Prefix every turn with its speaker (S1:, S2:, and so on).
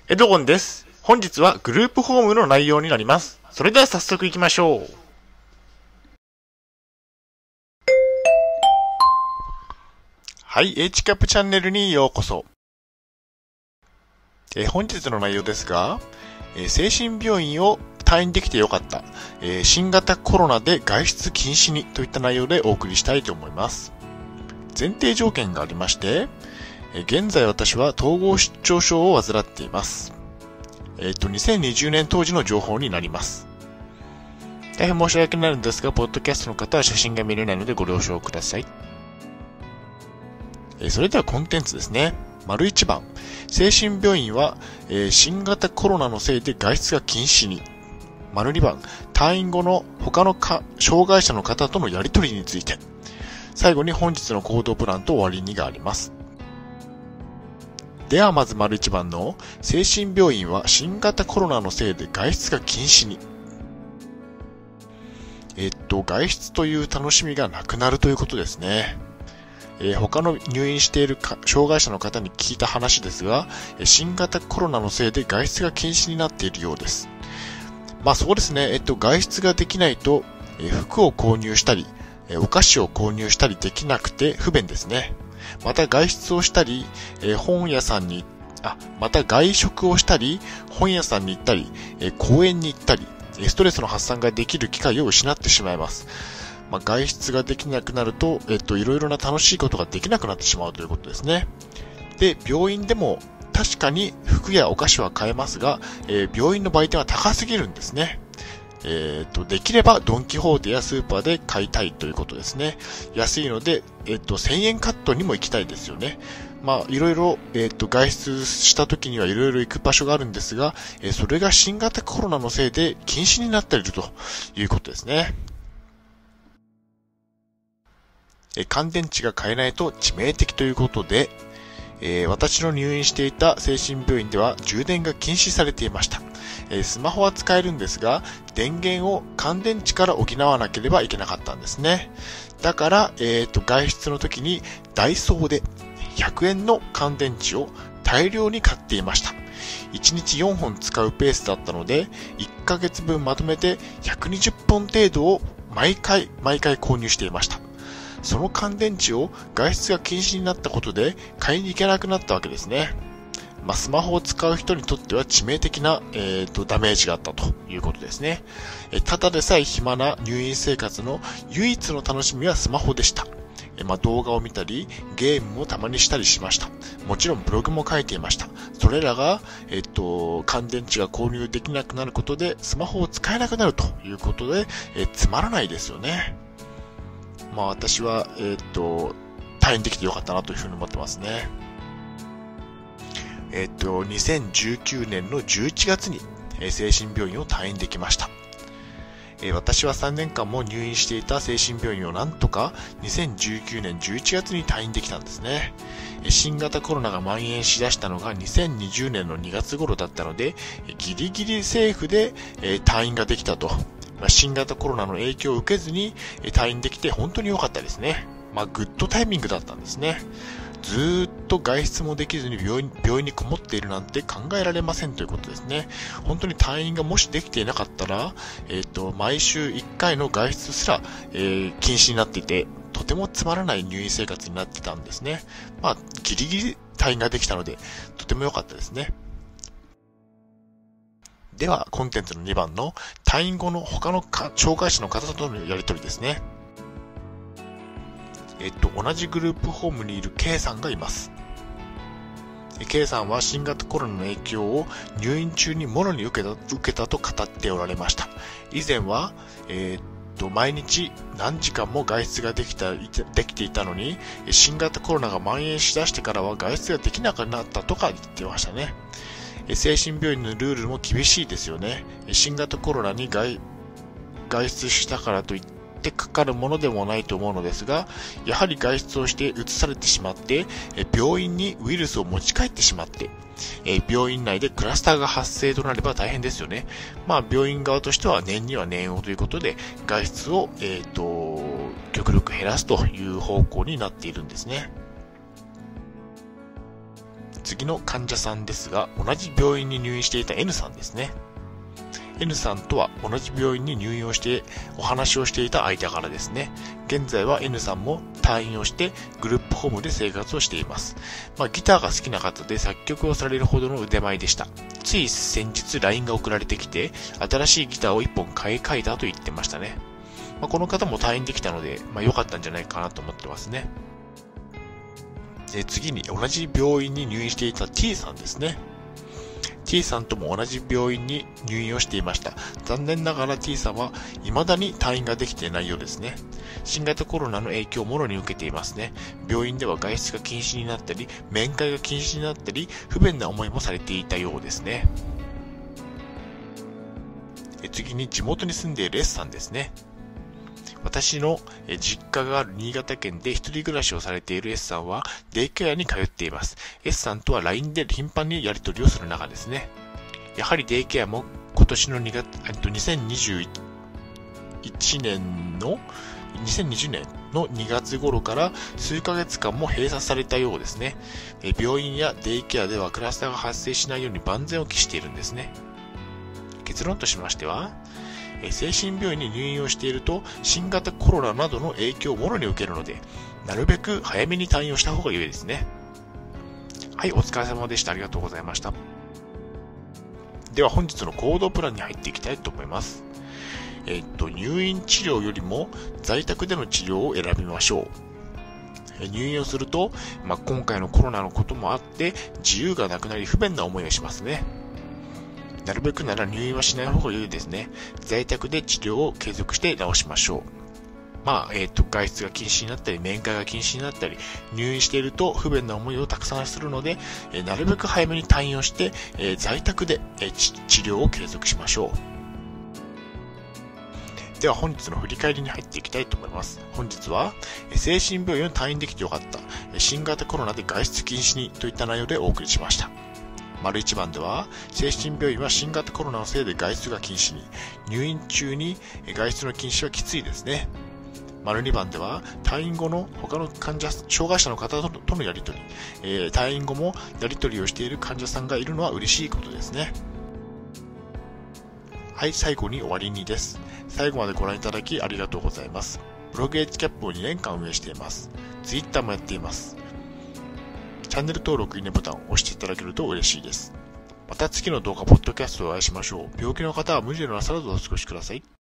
S1: エドゴンです。本日はグループホームの内容になります。それでは早速行きましょう。はい、H キャップチャンネルにようこそ。本日の内容ですが、精神病院を退院できてよかった、新型コロナで外出禁止にといった内容でお送りしたいと思います。前提条件がありまして、現在私は統合失調症を患っています。2020年当時の情報になります。大変申し訳ないのですが、ポッドキャストの方は写真が見れないのでご了承ください。それではコンテンツですね。丸1番、精神病院は、新型コロナのせいで外出が禁止に。丸2番、退院後の他の障害者の方とのやり取りについて。最後に本日の行動プランと終わりにがあります。ではまず丸1番の精神病院は新型コロナのせいで外出が禁止に。外出という楽しみがなくなるということですね。他の入院している障害者の方に聞いた話ですが、新型コロナのせいで外出が禁止になっているようです。まあそうですね、外出ができないと、服を購入したり、お菓子を購入したりできなくて不便ですね。また外出をしたり、また外食をしたり、本屋さんに行ったり、公園に行ったり、ストレスの発散ができる機会を失ってしまいます。外出ができなくなると、いろいろな楽しいことができなくなってしまうということですね。で、病院でも確かに服やお菓子は買えますが、病院の売店は高すぎるんですね。できればドンキホーテやスーパーで買いたいということですね。安いので、1000円カットにも行きたいですよね。いろいろ、外出した時にはいろいろ行く場所があるんですが、それが新型コロナのせいで禁止になっているということですね。乾電池が買えないと致命的ということで、私の入院していた精神病院では充電が禁止されていました。スマホは使えるんですが、電源を乾電池から補わなければいけなかったんですね。だから、外出の時にダイソーで100円の乾電池を大量に買っていました。1日4本使うペースだったので、1ヶ月分まとめて120本程度を毎回購入していました。その乾電池を外出が禁止になったことで買いに行けなくなったわけですね。スマホを使う人にとっては致命的な、ダメージがあったということですね。ただでさえ暇な入院生活の唯一の楽しみはスマホでした。動画を見たりゲームもたまにしたりしました。もちろんブログも書いていました。それらが、乾電池が購入できなくなることでスマホを使えなくなるということで、つまらないですよね。私は、退院できてよかったなというふうに思ってますね。2019年の11月に、精神病院を退院できました。私は3年間も入院していた精神病院をなんとか2019年11月に退院できたんですね。新型コロナが蔓延しだしたのが2020年の2月頃だったので、ギリギリセーフで、退院ができたと。新型コロナの影響を受けずに退院できて本当に良かったですね。グッドタイミングだったんですね。ずーっと外出もできずに病院にこもっているなんて考えられませんということですね。本当に退院がもしできていなかったら、毎週1回の外出すら、禁止になっていて、とてもつまらない入院生活になってたんですね。ギリギリ退院ができたので、とても良かったですね。では、コンテンツの2番の退院後の他の障害者の方とのやり取りですね。同じグループホームにいる K さんがいます。K さんは新型コロナの影響を入院中にもろに受けたと語っておられました。以前は、毎日何時間も外出ができていたのに、新型コロナが蔓延しだしてからは外出ができなくなったとか言ってましたね。精神病院のルールも厳しいですよね。新型コロナに外出したからといってかかるものでもないと思うのですが、やはり外出をして移されてしまって、病院にウイルスを持ち帰ってしまって、病院内でクラスターが発生となれば大変ですよね。病院側としては念には念をということで、外出を、極力減らすという方向になっているんですね。 次の患者さんですが、同じ病院に入院していた N さんですね。N さんとは同じ病院に入院をしてお話をしていた間柄ですね。現在は N さんも退院をしてグループホームで生活をしています。ギターが好きな方で作曲をされるほどの腕前でした。つい先日 LINE が送られてきて、新しいギターを1本買い替えたと言ってましたね。この方も退院できたので、良かったんじゃないかなと思ってますね。次に同じ病院に入院していた T さんですね。T さんとも同じ病院に入院をしていました。残念ながら T さんは未だに退院ができていないようですね。新型コロナの影響をもろに受けていますね。病院では外出が禁止になったり、面会が禁止になったり、不便な思いもされていたようですね。次に地元に住んでいる S さんですね。私の実家がある新潟県で一人暮らしをされている S さんはデイケアに通っています。S さんとは LINE で頻繁にやり取りをする仲ですね。やはりデイケアも今年の2020年の2月頃から数ヶ月間も閉鎖されたようですね。病院やデイケアではクラスターが発生しないように万全を期しているんですね。結論としましては、精神病院に入院をしていると新型コロナなどの影響をもろに受けるので、なるべく早めに退院をした方が良いですね。はい、お疲れ様でした。ありがとうございました。では本日の行動プランに入っていきたいと思います。入院治療よりも在宅での治療を選びましょう。入院をすると、今回のコロナのこともあって自由がなくなり不便な思いをしますね。なるべくなら入院はしない方が良いですね。在宅で治療を継続して治しましょう。外出が禁止になったり、面会が禁止になったり、入院していると不便な思いをたくさんするので、なるべく早めに退院をして、在宅で治療を継続しましょう。では本日の振り返りに入っていきたいと思います。本日は、精神病院を退院できてよかった。新型コロナで外出禁止にといった内容でお送りしました。丸1番では、精神病院は新型コロナのせいで外出が禁止に、入院中に外出の禁止はきついですね。丸2番では、退院後の他の患者、障害者の方とのやりとり、退院後もやりとりをしている患者さんがいるのは嬉しいことですね。はい、最後に終わりにです。最後までご覧いただきありがとうございます。ブログ HCAP を2年間運営しています。Twitter もやっています。チャンネル登録、いいねボタンを押していただけると嬉しいです。また次の動画、ポッドキャストでお会いしましょう。病気の方は無理のなさらずお過ごしください。